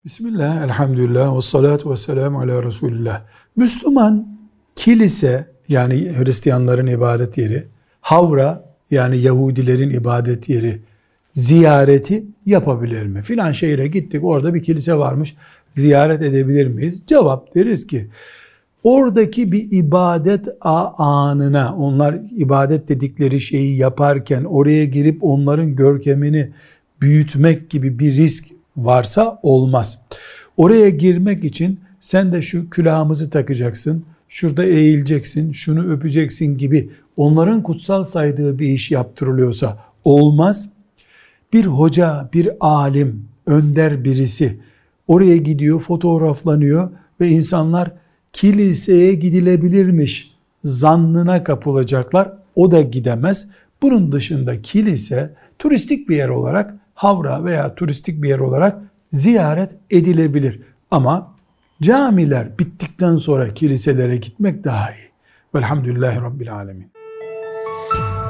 Bismillah, elhamdülillah, ve salatu ve selamu ala Resulillah. Müslüman, kilise yani Hristiyanların ibadet yeri, havra yani Yahudilerin ibadet yeri ziyareti yapabilir mi? Filan şehire gittik, orada bir kilise varmış, ziyaret edebilir miyiz? Cevap deriz ki, oradaki bir ibadet anına, onlar ibadet dedikleri şeyi yaparken oraya girip onların görkemini büyütmek gibi bir risk varsa olmaz. Oraya girmek için sen de şu külahımızı takacaksın, şurada eğileceksin, şunu öpeceksin gibi onların kutsal saydığı bir iş yaptırılıyorsa olmaz. Bir hoca, bir alim, önder birisi oraya gidiyor, fotoğraflanıyor ve insanlar kiliseye gidilebilirmiş zannına kapılacaklar. O da gidemez. Bunun dışında kilise turistik bir yer olarak, havra veya turistik bir yer olarak ziyaret edilebilir. Ama camiler bittikten sonra kiliselere gitmek daha iyi. Velhamdülillahi Rabbil Alemin.